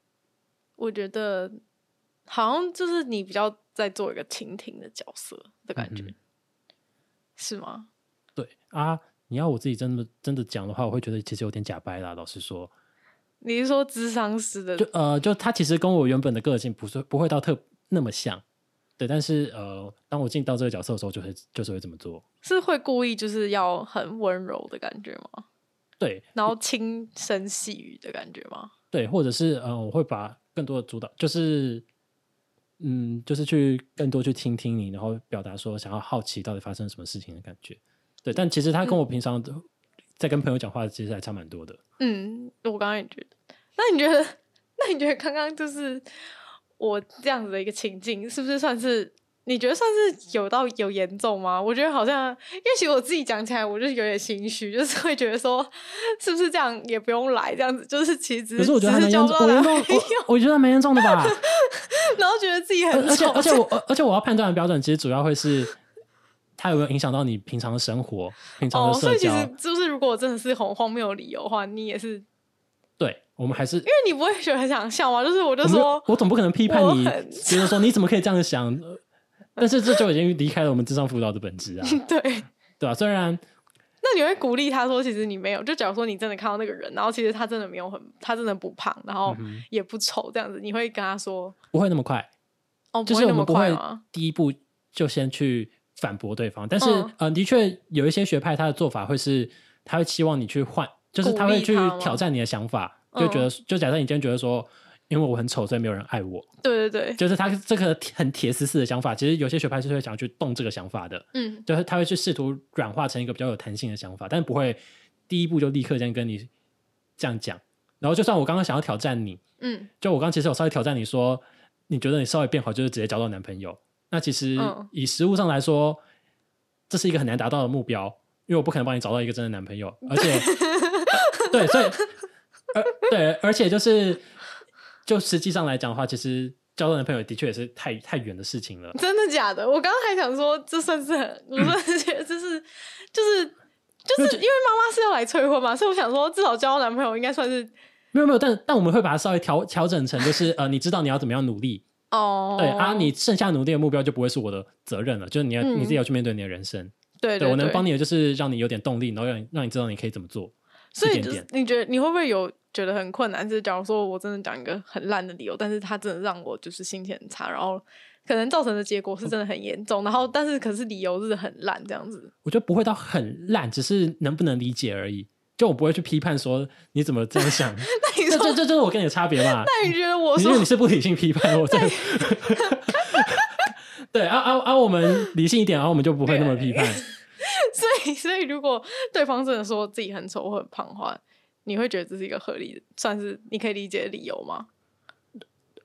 好像就是你比较在做一个倾听的角色的感觉，是吗？ 对啊，你要我自己真的讲的话，我会觉得其实有点假掰啦。老实说， 你是说諮商师的？ 就他其实跟我原本的个性不会到那么像，对。但是当我进到这个角色的时候，就是会这么做，是会故意就是要很温柔的感觉吗？ 对， 然后轻声细语的感觉吗？ 对，或者是我会把更多的主导，就是去更多去听听你，然后表达说想要好奇到底发生了什么事情的感觉。对，但其实他跟我平常在跟朋友讲话其实还差蛮多的。 我刚刚也觉得。那你觉得刚刚就是我这样子的一个情境，是不是算是你觉得算是有严重吗？我觉得好像，因为其实我自己讲起来，我就是有点心虚，就是会觉得说，是不是这样也不用来这样子，就是其实可是我觉得还蛮严重，我觉得蛮严重的吧。 然后觉得自己很丑， 而且我要判断的标准，其实主要会是它有没有影响到你平常的生活、平常的社交。 所以其实就是如果真的是很荒谬的理由的话，你也是。 对，我们还是因为你不会觉得很想笑吗？就是我就说， 我总不可能批判你，觉得说你怎么可以这样想？但是这就已经离开了我们諮商辅导的本质啊。对啊，虽然那你会鼓励他说，其实你没有。就假如说你真的看到那个人，然后其实他真的没有他真的不胖，然后也不丑，这样子，你会跟他说不会那么快？就是我们不会第一步就先去反驳对方。但是的确有一些学派，他的做法会是，他会期望你去换。就是他会去挑战你的想法，就觉得就假设你今天觉得说，因为我很丑，所以没有人爱我。 对， 就是他这个很铁丝式的想法，其实有些学派是会想去动这个想法的。就是他会去试图软化成一个比较有弹性的想法，但不会第一步就立刻这样跟你这样讲。然后就算我刚刚想要挑战你，就我刚其实有稍微挑战你说，你觉得你稍微变好就是直接交到男朋友，那其实以实务上来说，这是一个很难达到的目标，因为我不可能帮你找到一个真的男朋友，而且。对，所以对，而且就实际上来讲的话，其实交到男朋友的确也是太远的事情了。 真的假的？我刚刚还想说，这算是我算是觉得就是因为妈妈是要来催婚嘛，所以我想说，至少交到男朋友应该算是没有，但我们会把它稍微调整成，就是你知道你要怎么样努力对啊，你剩下努力的目标就不会是我的责任了，就是你自己要去面对你的人生。 对， 我能帮你的就是让你有点动力，然后让你知道你可以怎么做。 所以就是你觉得你会不会有觉得很困难？就是假如说我真的讲一个很烂的理由，但是他真的让我就是心情很差，然后可能造成的结果是真的很严重，然后但是可是理由是很烂这样子。 我觉得不会到很烂，只是能不能理解而已。就我不会去批判说你怎么这样想。 那你说这就是我跟你的差别嘛？ 那你觉得我说你是不理性批判我在？对我们理性一点，然后我们就不会那么批判。 所以如果对方真的说自己很丑或很胖的话，你会觉得这是一个合理的，算是你可以理解的理由吗？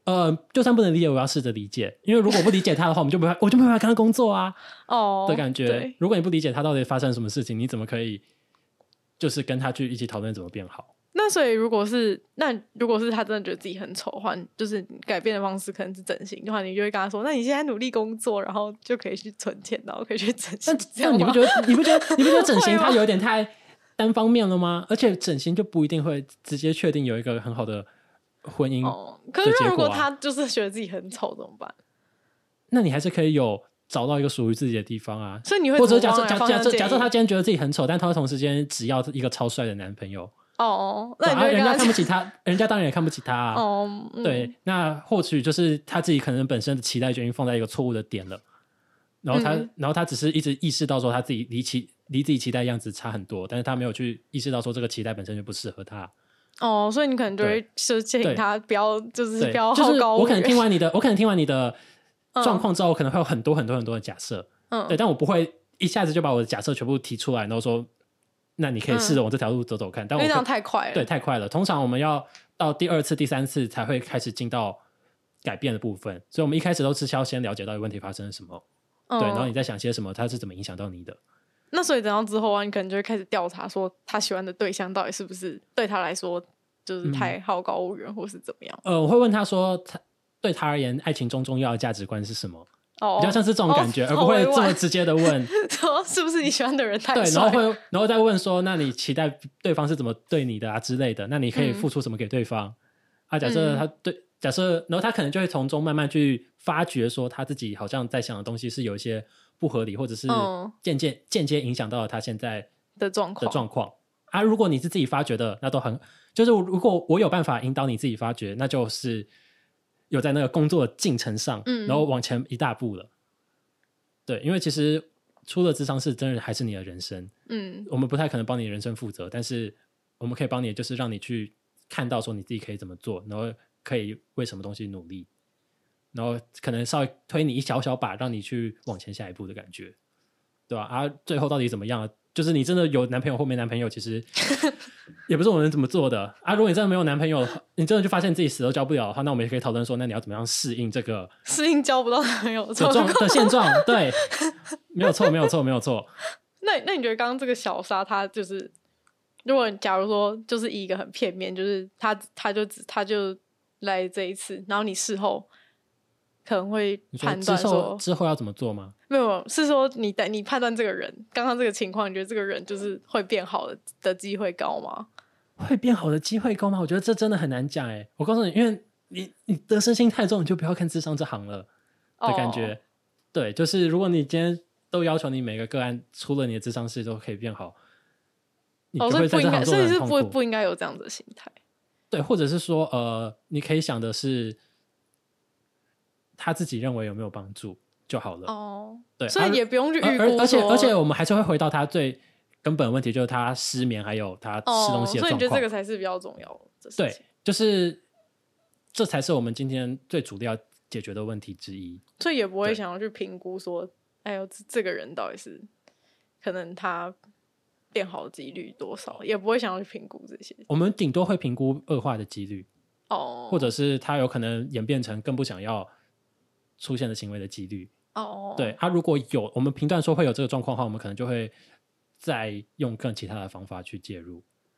就算不能理解，我要试着理解，因为如果不理解他的话，我就没办法跟他工作啊。的感觉。如果你不理解他到底发生了什么事情，你怎么可以就是跟他去一起讨论怎么变好？ 那所以如果是他真的觉得自己很丑的话，就是改变的方式可能是整形的话，你就会跟他说，那你现在努力工作，然后就可以去存钱，然后可以去整形。 但你不觉得整形它有点太单方面了吗？而且整形就不一定会直接确定有一个很好的婚姻可是如果他就是觉得自己很丑怎么办？ 那你还是可以找到一个属于自己的地方啊。 所以你会或者假设他今天觉得自己很丑，但他同时间只要一个超帅的男朋友。 那你就人家看不起他，人家当然也看不起他啊。对，那或许就是他自己可能本身的期待就已经放在一个错误的点了，然后他只是一直意识到说他自己离自己期待的样子差很多，但是他没有去意识到说这个期待本身就不适合他。 所以你可能就会建议他不要就是不要好高骛远。 我可能听完你的状况之后，我可能会有很多很多很多的假设。对，但我不会一下子就把我的假设全部提出来，然后说那你可以试着往这条路走走看。但我因为这样太快了。 对，太快了。通常我们要到第2次、第3次才会开始进到改变的部分，所以我们一开始都是要先了解到问题发生了什么。对，然后你在想些什么，它是怎么影响到你的。 那所以等到之后啊，你可能就会开始调查说他喜欢的对象到底是不是对他来说就是太好高骛远，或是怎么样。 我会问他说对他而言爱情中重要的价值观是什么。比较像是这种感觉，而不会这么直接的问说是不是你喜欢的人太帅。对，然后再问说那你期待对方是怎么对你的啊之类的，那你可以付出什么给对方。假设然后他可能就会从中慢慢去发掘说他自己好像在想的东西是有一些不合理，或者是间接影响到了他现在的状况啊。如果你是自己发掘的，那都很就是如果我有办法引导你自己发掘，那就是有在那个工作的进程上，然后往前一大步了。对，因为其实出了諮商室真的还是你的人生。我们不太可能帮你人生负责，但是我们可以帮你，就是让你去看到说你自己可以怎么做，然后可以为什么东西努力，然后可能稍微推你一小小把，让你去往前下一步的感觉，对吧？最后到底怎么样？就是你真的有男朋友或没男朋友，其实也不是我们能怎么做的啊。如果你真的没有男朋友，你真的就发现自己死都交不了的话，那我们也可以讨论说，那你要怎么样适应这个交不到男朋友的现状？对，没有错。 那你觉得刚刚这个小沙他就是，如果假如说就是一个很片面，就是他就来这一次，然后你事后可能会判断说之后要怎么做吗？ 没有，是说你判断这个人刚刚这个情况，你觉得这个人就是会变好的机会高吗？ 会变好的机会高吗？我觉得这真的很难讲我告诉你，因为你得失心太重，你就不要看諮商这行了的感觉。对，就是如果你今天都要求你每个个案出了你的諮商室都可以变好，你就会在这行做得很痛苦。 所以是不应该有这样的心态。 对，或者是说你可以想的是他自己认为有没有帮助就好了。对， 所以也不用去预估。 而且我们还是会回到他最根本的问题，就是他失眠还有他吃东西的状况。 所以你觉得这个才是比较重要的事情？ 对，就是这才是我们今天最主要解决的问题之一。 所以也不会想要去评估说，哎呦，这个人到底是可能他变好的几率多少，也不会想要去评估这些。 我们顶多会评估恶化的几率，或者是他有可能演变成更不想要出现的行为的几率。对，如果有我们评断说会有这个状况的话，我们可能就会再用更其他的方法去介入。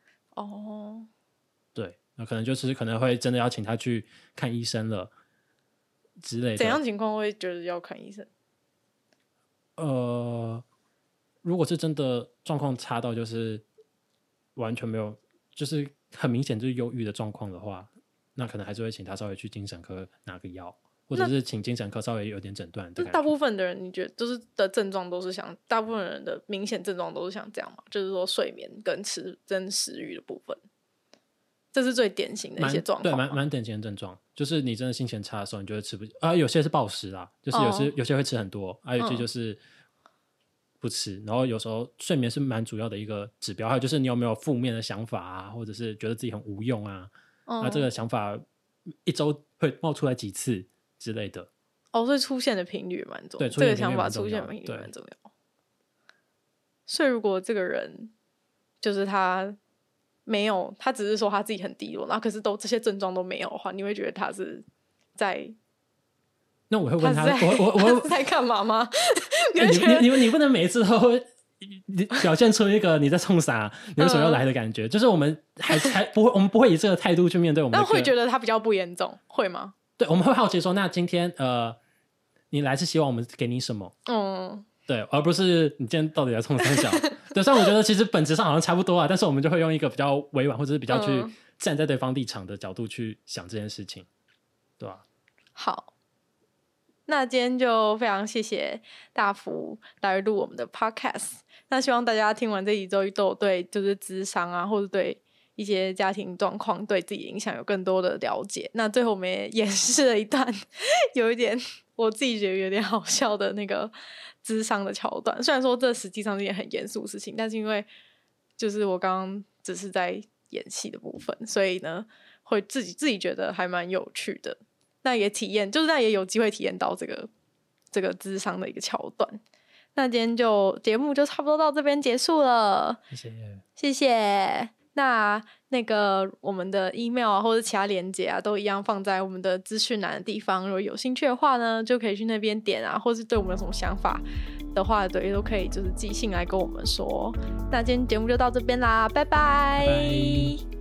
对，那可能会真的要请他去看医生了之类的。 怎样情况会觉得要看医生？ 如果是真的状况差到就是完全没有，就是很明显就是忧郁的状况的话，那可能还是会请他稍微去精神科拿个药，或者是请精神科稍微有点诊断。 大部分的人你觉得就是的症状都是像大部分人的明显症状都是像这样嘛？就是说睡眠跟真食欲的部分，这是最典型的一些状况。 对，蛮典型的症状，就是你真的心情差的时候，你就会吃不有些是暴食啦，就是有些会吃很多，有些就是不吃。然后有时候睡眠是蛮主要的一个指标，还有就是你有没有负面的想法啊，或者是觉得自己很无用啊，那这个想法一周会冒出来几次之类的。 所以出现的频率蛮重要， 对， 这个想法出现的频率蛮重要。所以如果这个人就是他没有，他只是说他自己很低落，然后可是这些症状都没有的话，你会觉得他是在。 那我会问他， 我在干嘛吗？ 你不能每一次都表现出一个你在冲啥，你为什么要来的感觉。就是我们还不会，我们不会以这个态度去面对我们的。 但会觉得他比较不严重，会吗？ 对，我们会好奇说，那今天你来是希望我们给你什么？对，而不是你今天到底在冲三小。对，虽然我觉得其实本质上好像差不多啊，但是我们就会用一个比较委婉或者是比较去站在对方立场的角度去想这件事情，对吧？ 好。那今天就非常谢谢大福来录我们的 podcast。那希望大家听完这集之后都对就是諮商啊，或者对一些家庭状况对自己影响有更多的了解。那最后我们也演示了一段有一点我自己觉得有点好笑的那个諮商的桥段。虽然说这实际上是一件很严肃的事情，但是因为就是我刚刚只是在演戏的部分，所以呢会自己觉得还蛮有趣的。那也体验，就是那也有机会体验到这个諮商的一个桥段。那今天节目就差不多到这边结束了，谢谢。那个我们的 email 啊，或者其他连结啊，都一样放在我们的资讯栏的地方。如果有兴趣的话呢，就可以去那边点啊，或是对我们有什么想法的话，对，都可以就是寄信来跟我们说。那今天节目就到这边啦，拜拜。